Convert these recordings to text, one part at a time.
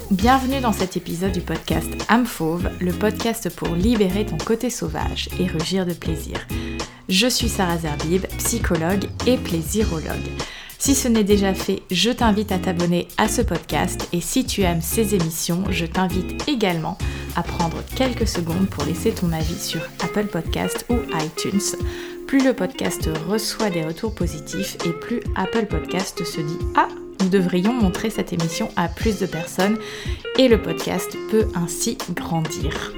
Bienvenue dans cet épisode du podcast Âme Fauve, le podcast pour libérer ton côté sauvage et rugir de plaisir. Je suis Sarah Zerbib, psychologue et plaisirologue. Si ce n'est déjà fait, je t'invite à t'abonner à ce podcast et si tu aimes ces émissions, je t'invite également à prendre quelques secondes pour laisser ton avis sur Apple Podcast ou iTunes. Plus le podcast reçoit des retours positifs et plus Apple Podcast se dit « Ah, nous devrions montrer cette émission à plus de personnes » et le podcast peut ainsi grandir.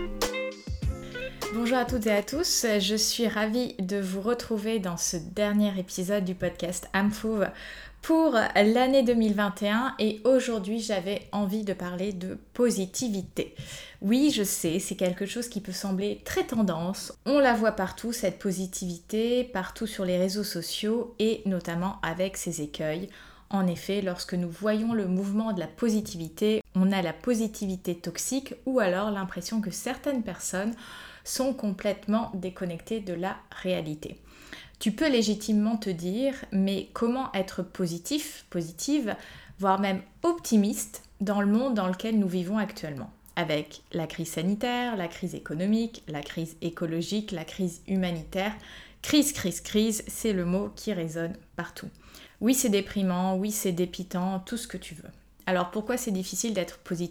Bonjour à toutes et à tous, je suis ravie de vous retrouver dans ce dernier épisode du podcast Âme Fauve pour l'année 2021 et aujourd'hui j'avais envie de parler de positivité. Oui, je sais, c'est quelque chose qui peut sembler très tendance, on la voit partout cette positivité, partout sur les réseaux sociaux et notamment avec ses écueils. En effet, lorsque nous voyons le mouvement de la positivité, on a la positivité toxique ou alors l'impression que certaines personnes sont complètement déconnectées de la réalité. Tu peux légitimement te dire, mais comment être positif, positive, voire même optimiste dans le monde dans lequel nous vivons actuellement ? Avec la crise sanitaire, la crise économique, la crise écologique, la crise humanitaire. Crise, c'est le mot qui résonne partout. Oui, c'est déprimant, oui, c'est dépitant, tout ce que tu veux. Alors pourquoi c'est difficile d'être positif ?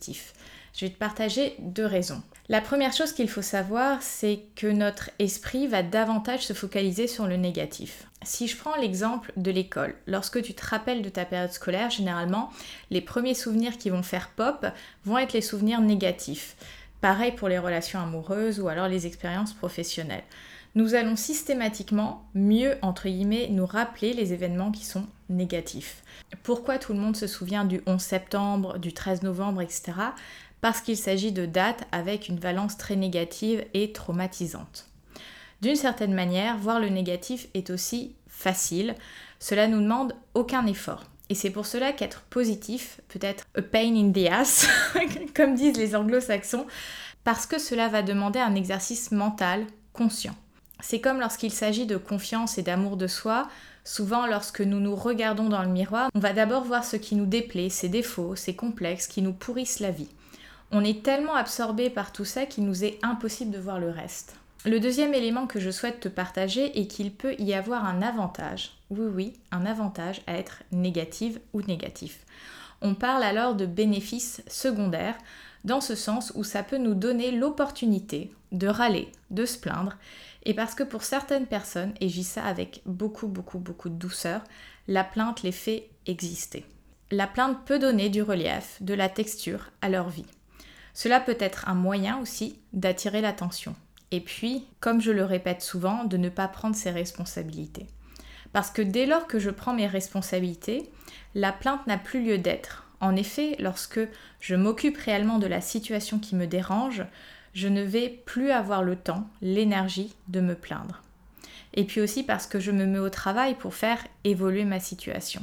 Je vais te partager 2 raisons. La première chose qu'il faut savoir, c'est que notre esprit va davantage se focaliser sur le négatif. Si je prends l'exemple de l'école, lorsque tu te rappelles de ta période scolaire, généralement, les premiers souvenirs qui vont faire pop vont être les souvenirs négatifs. Pareil pour les relations amoureuses ou alors les expériences professionnelles. Nous allons systématiquement mieux, entre guillemets, nous rappeler les événements qui sont négatifs. Pourquoi tout le monde se souvient du 11 septembre, du 13 novembre, etc. Parce qu'il s'agit de dates avec une valence très négative et traumatisante. D'une certaine manière, voir le négatif est aussi facile. Cela nous demande aucun effort. Et c'est pour cela qu'être positif peut être a pain in the ass, comme disent les anglo-saxons, parce que cela va demander un exercice mental conscient. C'est comme lorsqu'il s'agit de confiance et d'amour de soi, souvent lorsque nous nous regardons dans le miroir, on va d'abord voir ce qui nous déplaît, ses défauts, ses complexes qui nous pourrissent la vie. On est tellement absorbé par tout ça qu'il nous est impossible de voir le reste. Le deuxième élément que je souhaite te partager est qu'il peut y avoir un avantage, oui, un avantage à être négative ou négatif. On parle alors de bénéfices secondaires, dans ce sens où ça peut nous donner l'opportunité de râler, de se plaindre, et parce que pour certaines personnes, et je dis ça avec beaucoup de douceur, la plainte les fait exister. La plainte peut donner du relief, de la texture à leur vie. Cela peut être un moyen aussi d'attirer l'attention. Et puis, comme je le répète souvent, de ne pas prendre ses responsabilités. Parce que dès lors que je prends mes responsabilités, la plainte n'a plus lieu d'être. En effet, lorsque je m'occupe réellement de la situation qui me dérange, je ne vais plus avoir le temps, l'énergie de me plaindre. Et puis aussi parce que je me mets au travail pour faire évoluer ma situation.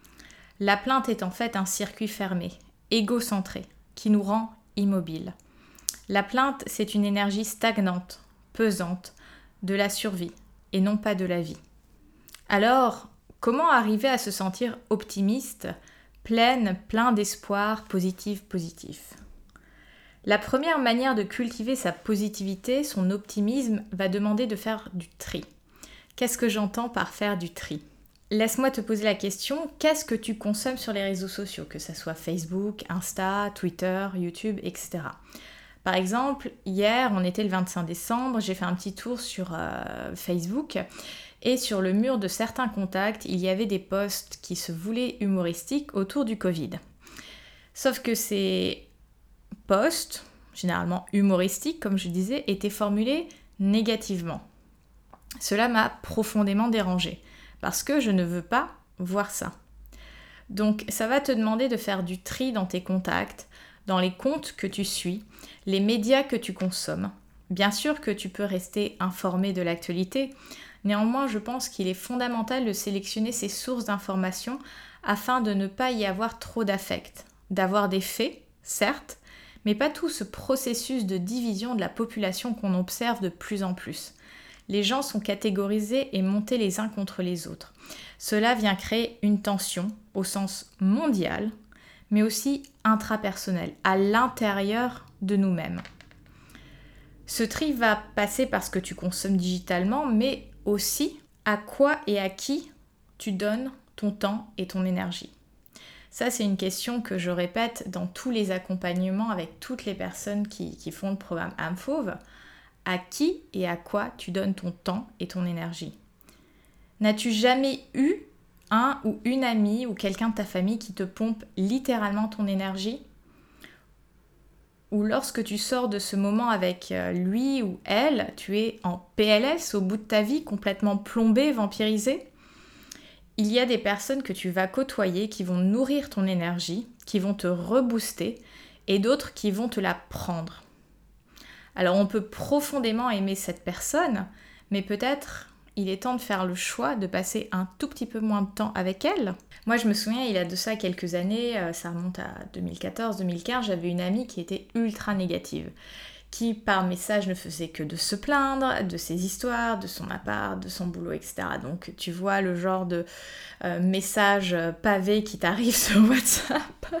La plainte est en fait un circuit fermé, égocentré, qui nous rend immobile. La plainte, c'est une énergie stagnante, pesante, de la survie et non pas de la vie. Alors, comment arriver à se sentir optimiste, plein d'espoir, positif ? La première manière de cultiver sa positivité, son optimisme, va demander de faire du tri. Qu'est-ce que j'entends par faire du tri ? Laisse-moi te poser la question, qu'est-ce que tu consommes sur les réseaux sociaux, que ce soit Facebook, Insta, Twitter, YouTube, etc. Par exemple, hier, on était le 25 décembre, j'ai fait un petit tour sur Facebook et sur le mur de certains contacts, il y avait des posts qui se voulaient humoristiques autour du Covid. Sauf que ces posts, généralement humoristiques, comme je disais, étaient formulés négativement. Cela m'a profondément dérangée. Parce que je ne veux pas voir ça. Donc ça va te demander de faire du tri dans tes contacts, dans les comptes que tu suis, les médias que tu consommes. Bien sûr que tu peux rester informé de l'actualité, néanmoins je pense qu'il est fondamental de sélectionner ces sources d'informations afin de ne pas y avoir trop d'affect, d'avoir des faits, certes, mais pas tout ce processus de division de la population qu'on observe de plus en plus. Les gens sont catégorisés et montés les uns contre les autres. Cela vient créer une tension au sens mondial, mais aussi intrapersonnel, à l'intérieur de nous-mêmes. Ce tri va passer par ce que tu consommes digitalement, mais aussi à quoi et à qui tu donnes ton temps et ton énergie. Ça, c'est une question que je répète dans tous les accompagnements avec toutes les personnes qui font le programme âme fauve. À qui et à quoi tu donnes ton temps et ton énergie? N'as-tu jamais eu un ou une amie ou quelqu'un de ta famille qui te pompe littéralement ton énergie? Ou lorsque tu sors de ce moment avec lui ou elle, tu es en PLS au bout de ta vie, complètement plombé, vampirisé? Il y a des personnes que tu vas côtoyer qui vont nourrir ton énergie, qui vont te rebooster, et d'autres qui vont te la prendre. Alors on peut profondément aimer cette personne, mais peut-être il est temps de faire le choix de passer un tout petit peu moins de temps avec elle. Moi je me souviens, il y a de ça quelques années, ça remonte à 2014-2015, j'avais une amie qui était ultra négative, qui par message ne faisait que de se plaindre de ses histoires, de son appart, de son boulot, etc. Donc tu vois le genre de message pavé qui t'arrive sur WhatsApp.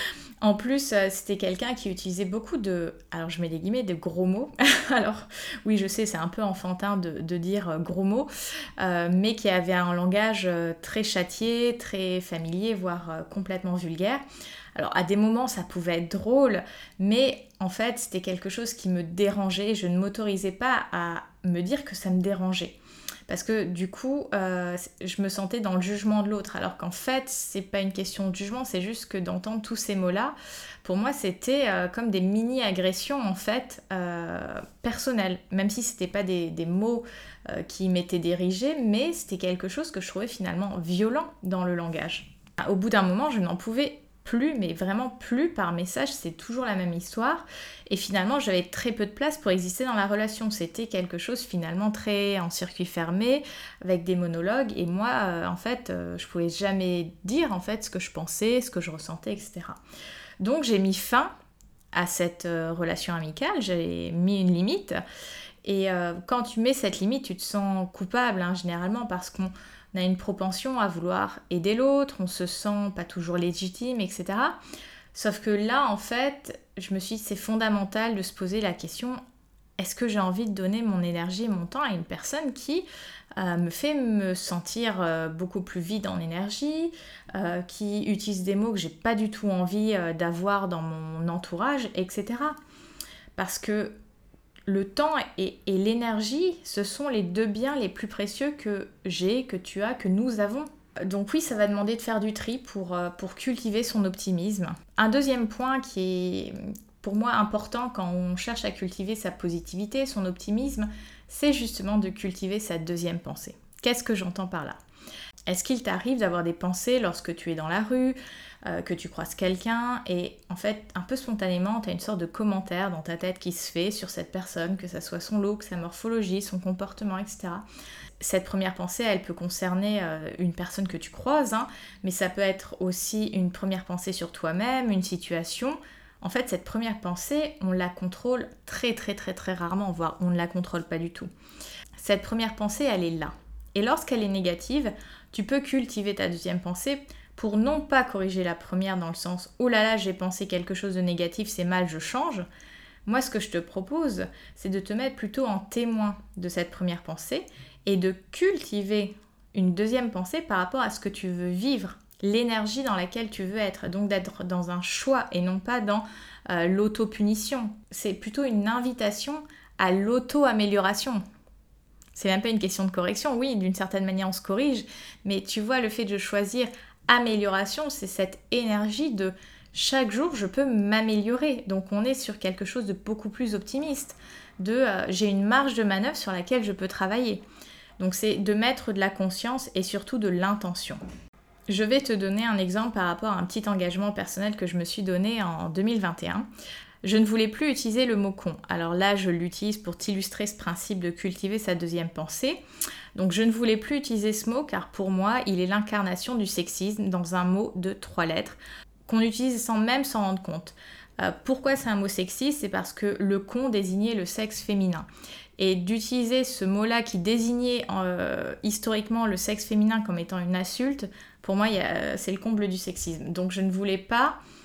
En plus, c'était quelqu'un qui utilisait beaucoup de, alors je mets des guillemets, de gros mots. Alors oui, je sais, c'est un peu enfantin de dire gros mots, mais qui avait un langage très châtié, très familier, voire complètement vulgaire. Alors à des moments, ça pouvait être drôle, mais en fait, c'était quelque chose qui me dérangeait. Je ne m'autorisais pas à me dire que ça me dérangeait. Parce que du coup, je me sentais dans le jugement de l'autre. Alors qu'en fait, c'est pas une question de jugement, c'est juste que d'entendre tous ces mots-là, pour moi, c'était comme des mini-agressions en fait, personnelles. Même si c'était pas des mots qui m'étaient dirigés, mais c'était quelque chose que je trouvais finalement violent dans le langage. Au bout d'un moment, je n'en pouvais plus, mais vraiment plus par message, c'est toujours la même histoire. Et finalement, j'avais très peu de place pour exister dans la relation. C'était quelque chose finalement très en circuit fermé, avec des monologues. Et moi, en fait, je pouvais jamais dire en fait ce que je pensais, ce que je ressentais, etc. Donc j'ai mis fin à cette relation amicale, j'ai mis une limite. Et quand tu mets cette limite, tu te sens coupable, hein, généralement, parce qu'on a une propension à vouloir aider l'autre, on se sent pas toujours légitime, etc. Sauf que là, en fait, je me suis dit, c'est fondamental de se poser la question, est-ce que j'ai envie de donner mon énergie et mon temps à une personne qui me fait me sentir beaucoup plus vide en énergie, qui utilise des mots que j'ai pas du tout envie d'avoir dans mon entourage, etc. Parce que le temps et l'énergie, ce sont les deux biens les plus précieux que j'ai, que tu as, que nous avons. Donc oui, ça va demander de faire du tri pour cultiver son optimisme. Un deuxième point qui est pour moi important quand on cherche à cultiver sa positivité, son optimisme, c'est justement de cultiver sa deuxième pensée. Qu'est-ce que j'entends par là ? Est-ce qu'il t'arrive d'avoir des pensées lorsque tu es dans la rue, que tu croises quelqu'un et en fait, un peu spontanément, tu as une sorte de commentaire dans ta tête qui se fait sur cette personne, que ça soit son look, sa morphologie, son comportement, etc. Cette première pensée, elle peut concerner une personne que tu croises, hein, mais ça peut être aussi une première pensée sur toi-même, une situation. En fait, cette première pensée, on la contrôle très très très très rarement, voire on ne la contrôle pas du tout. Cette première pensée, elle est là. Et lorsqu'elle est négative, tu peux cultiver ta deuxième pensée pour non pas corriger la première dans le sens « Oh là là, j'ai pensé quelque chose de négatif, c'est mal, je change ». Moi, ce que je te propose, c'est de te mettre plutôt en témoin de cette première pensée et de cultiver une deuxième pensée par rapport à ce que tu veux vivre, l'énergie dans laquelle tu veux être. Donc d'être dans un choix et non pas dans l'auto-punition. C'est plutôt une invitation à l'auto-amélioration. C'est même pas une question de correction, oui, d'une certaine manière on se corrige, mais tu vois, le fait de choisir amélioration, c'est cette énergie de chaque jour je peux m'améliorer. Donc on est sur quelque chose de beaucoup plus optimiste, j'ai une marge de manœuvre sur laquelle je peux travailler. Donc c'est de mettre de la conscience et surtout de l'intention. Je vais te donner un exemple par rapport à un petit engagement personnel que je me suis donné en 2021. Je ne voulais plus utiliser le mot con. Alors là, je l'utilise pour t'illustrer ce principe de cultiver sa deuxième pensée. Donc je ne voulais plus utiliser ce mot car pour moi, il est l'incarnation du sexisme dans un mot de 3 lettres qu'on utilise sans même s'en rendre compte. Pourquoi c'est un mot sexiste ? C'est parce que le con désignait le sexe féminin. Et d'utiliser ce mot-là qui désignait historiquement le sexe féminin comme étant une insulte, pour moi, c'est le comble du sexisme. Donc je ne voulais pas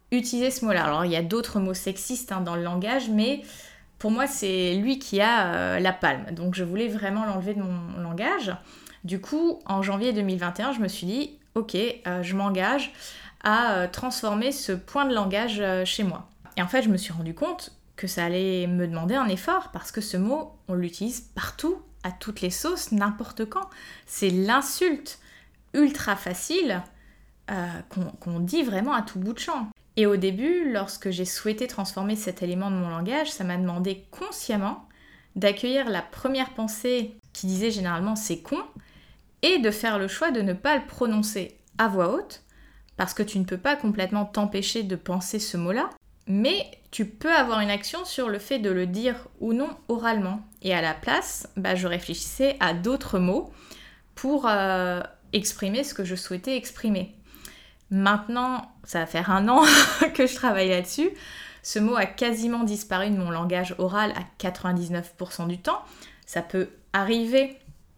utiliser ce mot-là. Alors il y a d'autres mots sexistes dans le langage, mais pour moi c'est lui qui a la palme. Donc je voulais vraiment l'enlever de mon langage. Du coup, en janvier 2021, je me suis dit, ok, je m'engage à transformer ce point de langage chez moi. Et en fait, je me suis rendu compte que ça allait me demander un effort, parce que ce mot, on l'utilise partout, à toutes les sauces, n'importe quand. C'est l'insulte ultra facile qu'on dit vraiment à tout bout de champ. Et au début, lorsque j'ai souhaité transformer cet élément de mon langage, ça m'a demandé consciemment d'accueillir la première pensée qui disait généralement « c'est con » et de faire le choix de ne pas le prononcer à voix haute, parce que tu ne peux pas complètement t'empêcher de penser ce mot-là, mais tu peux avoir une action sur le fait de le dire ou non oralement. Et à la place, je réfléchissais à d'autres mots pour exprimer ce que je souhaitais exprimer. Maintenant, ça va faire 1 an que je travaille là-dessus. Ce mot a quasiment disparu de mon langage oral à 99% du temps. Ça peut arriver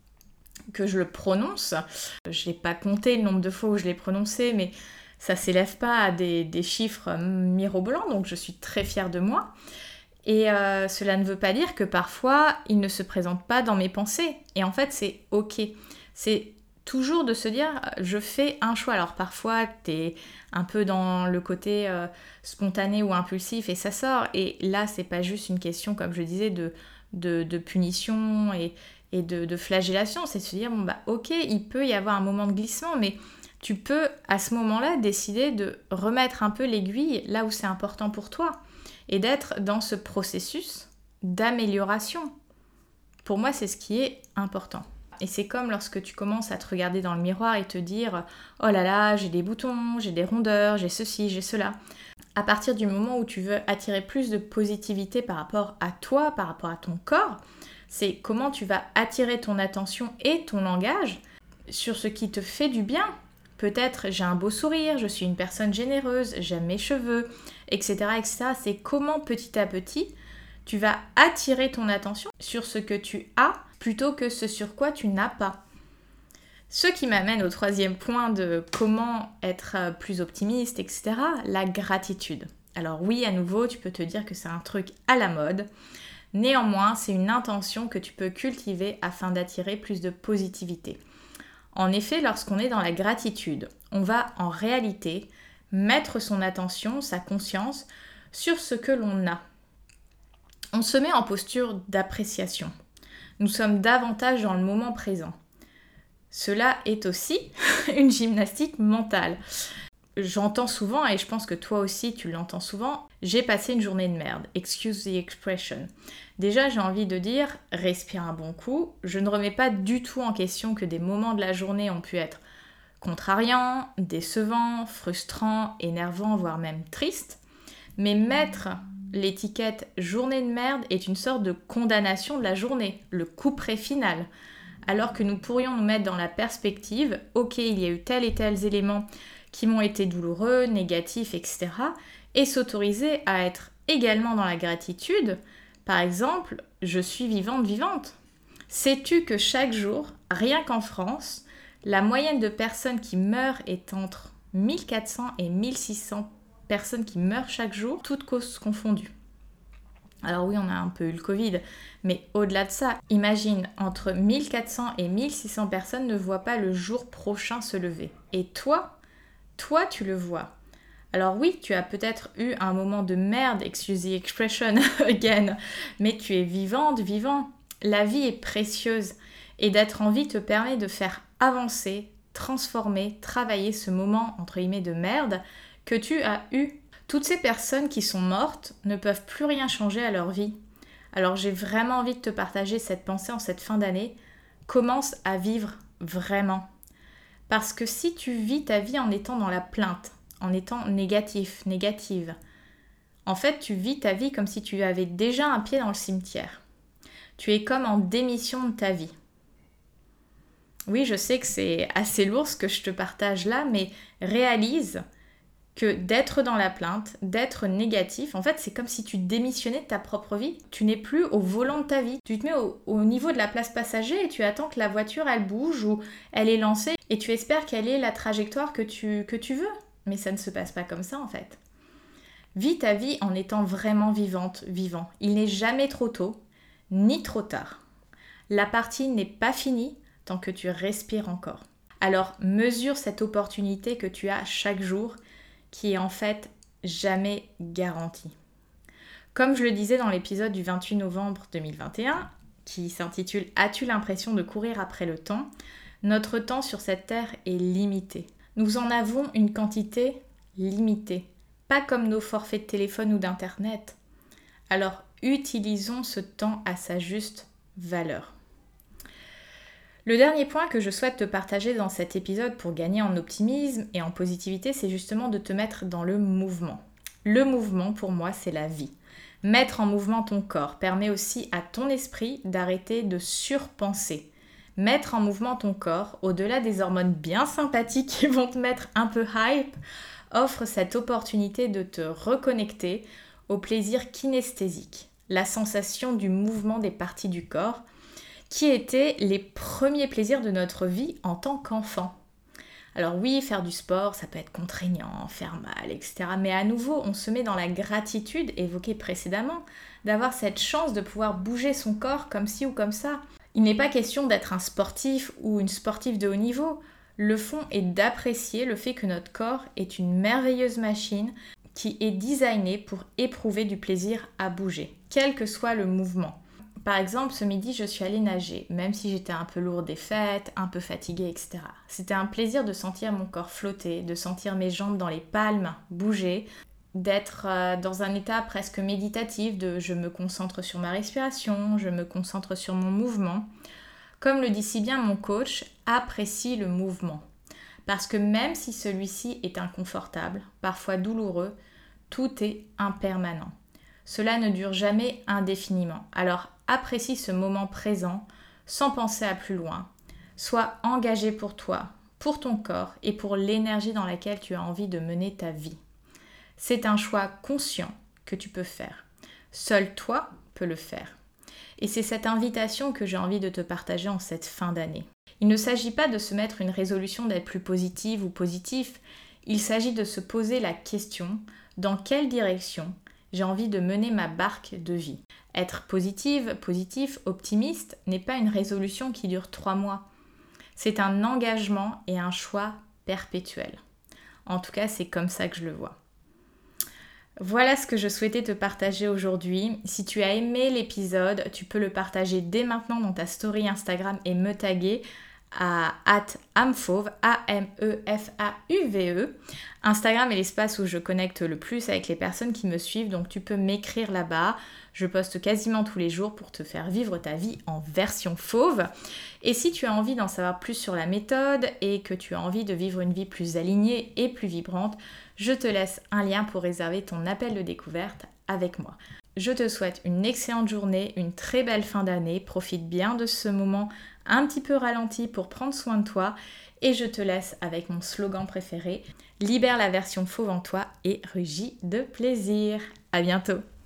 que je le prononce. Je n'ai pas compté le nombre de fois où je l'ai prononcé, mais ça ne s'élève pas à des chiffres mirobolants, donc je suis très fière de moi. Et cela ne veut pas dire que parfois, il ne se présente pas dans mes pensées. Et en fait, c'est ok. C'est toujours de se dire, je fais un choix. Alors parfois, t'es un peu dans le côté spontané ou impulsif et ça sort. Et là, c'est pas juste une question, comme je disais, de punition et de flagellation. C'est de se dire, ok, il peut y avoir un moment de glissement, mais tu peux à ce moment-là décider de remettre un peu l'aiguille là où c'est important pour toi et d'être dans ce processus d'amélioration. Pour moi, c'est ce qui est important. Et c'est comme lorsque tu commences à te regarder dans le miroir et te dire « Oh là là, j'ai des boutons, j'ai des rondeurs, j'ai ceci, j'ai cela ». À partir du moment où tu veux attirer plus de positivité par rapport à toi, par rapport à ton corps, c'est comment tu vas attirer ton attention et ton langage sur ce qui te fait du bien. Peut-être j'ai un beau sourire, je suis une personne généreuse, j'aime mes cheveux, etc. etc. C'est comment petit à petit tu vas attirer ton attention sur ce que tu as plutôt que ce sur quoi tu n'as pas. Ce qui m'amène au 3e point de comment être plus optimiste, etc. La gratitude. Alors oui, à nouveau, tu peux te dire que c'est un truc à la mode. Néanmoins, c'est une intention que tu peux cultiver afin d'attirer plus de positivité. En effet, lorsqu'on est dans la gratitude, on va en réalité mettre son attention, sa conscience sur ce que l'on a. On se met en posture d'appréciation. Nous sommes davantage dans le moment présent. Cela est aussi une gymnastique mentale. J'entends souvent, et je pense que toi aussi tu l'entends souvent, j'ai passé une journée de merde. Excuse the expression. Déjà, j'ai envie de dire, respire un bon coup. Je ne remets pas du tout en question que des moments de la journée ont pu être contrariants, décevants, frustrants, énervants, voire même tristes. Mais mettre l'étiquette journée de merde est une sorte de condamnation de la journée, le couperet final. Alors que nous pourrions nous mettre dans la perspective, ok, il y a eu tel et tels éléments qui m'ont été douloureux, négatifs, etc. et s'autoriser à être également dans la gratitude. Par exemple, je suis vivante. Sais-tu que chaque jour, rien qu'en France, la moyenne de personnes qui meurent est entre 1400 et 1600 personnes qui meurent chaque jour, toutes causes confondues. Alors oui, on a un peu eu le Covid, mais au-delà de ça, imagine, entre 1400 et 1600 personnes ne voient pas le jour prochain se lever. Et toi, tu le vois. Alors oui, tu as peut-être eu un moment de merde, excuse the expression again, mais tu es vivant. La vie est précieuse et d'être en vie te permet de faire avancer, transformer, travailler ce moment, entre guillemets, de merde que tu as eu. Toutes ces personnes qui sont mortes ne peuvent plus rien changer à leur vie. Alors j'ai vraiment envie de te partager cette pensée en cette fin d'année. Commence à vivre vraiment. Parce que si tu vis ta vie en étant dans la plainte, en étant négative, en fait tu vis ta vie comme si tu avais déjà un pied dans le cimetière. Tu es comme en démission de ta vie. Oui, je sais que c'est assez lourd ce que je te partage là, mais réalise que d'être dans la plainte, d'être négatif, en fait, c'est comme si tu démissionnais de ta propre vie. Tu n'es plus au volant de ta vie. Tu te mets au niveau de la place passager et tu attends que la voiture, elle bouge ou elle est lancée et tu espères qu'elle ait la trajectoire que tu veux. Mais ça ne se passe pas comme ça, en fait. Vis ta vie en étant vraiment vivant. Il n'est jamais trop tôt, ni trop tard. La partie n'est pas finie tant que tu respires encore. Alors mesure cette opportunité que tu as chaque jour, qui est en fait jamais garantie. Comme je le disais dans l'épisode du 28 novembre 2021, qui s'intitule « As-tu l'impression de courir après le temps ?», notre temps sur cette terre est limité. Nous en avons une quantité limitée, pas comme nos forfaits de téléphone ou d'internet. Alors utilisons ce temps à sa juste valeur. Le dernier point que je souhaite te partager dans cet épisode pour gagner en optimisme et en positivité, c'est justement de te mettre dans le mouvement. Le mouvement, pour moi, c'est la vie. Mettre en mouvement ton corps permet aussi à ton esprit d'arrêter de surpenser. Mettre en mouvement ton corps, au-delà des hormones bien sympathiques qui vont te mettre un peu hype, offre cette opportunité de te reconnecter au plaisir kinesthésique, la sensation du mouvement des parties du corps, qui étaient les premiers plaisirs de notre vie en tant qu'enfant. Alors oui, faire du sport, ça peut être contraignant, faire mal, etc. Mais à nouveau, on se met dans la gratitude, évoquée précédemment, d'avoir cette chance de pouvoir bouger son corps comme ci ou comme ça. Il n'est pas question d'être un sportif ou une sportive de haut niveau. Le fond est d'apprécier le fait que notre corps est une merveilleuse machine qui est designée pour éprouver du plaisir à bouger, quel que soit le mouvement. Par exemple, ce midi, je suis allée nager, même si j'étais un peu lourde des fêtes, un peu fatiguée, etc. C'était un plaisir de sentir mon corps flotter, de sentir mes jambes dans les palmes bouger, d'être dans un état presque méditatif, de je me concentre sur ma respiration, je me concentre sur mon mouvement. Comme le dit si bien mon coach, apprécie le mouvement. Parce que même si celui-ci est inconfortable, parfois douloureux, tout est impermanent. Cela ne dure jamais indéfiniment. Alors apprécie ce moment présent sans penser à plus loin. Sois engagé pour toi, pour ton corps et pour l'énergie dans laquelle tu as envie de mener ta vie. C'est un choix conscient que tu peux faire. Seul toi peux le faire. Et c'est cette invitation que j'ai envie de te partager en cette fin d'année. Il ne s'agit pas de se mettre une résolution d'être plus positive ou positif. Il s'agit de se poser la question dans quelle direction j'ai envie de mener ma barque de vie. Être positive, positif, optimiste n'est pas une résolution qui dure 3 mois. C'est un engagement et un choix perpétuel. En tout cas, c'est comme ça que je le vois. Voilà ce que je souhaitais te partager aujourd'hui. Si tu as aimé l'épisode, tu peux le partager dès maintenant dans ta story Instagram et me taguer à @amfauve, AMEFAUVE. Instagram est l'espace où je connecte le plus avec les personnes qui me suivent, donc tu peux m'écrire là-bas. Je poste quasiment tous les jours pour te faire vivre ta vie en version fauve. Et si tu as envie d'en savoir plus sur la méthode et que tu as envie de vivre une vie plus alignée et plus vibrante, je te laisse un lien pour réserver ton appel de découverte avec moi. Je te souhaite une excellente journée, une très belle fin d'année. Profite bien de ce moment un petit peu ralenti pour prendre soin de toi. Et je te laisse avec mon slogan préféré, libère la version fauve en toi et rugis de plaisir. À bientôt.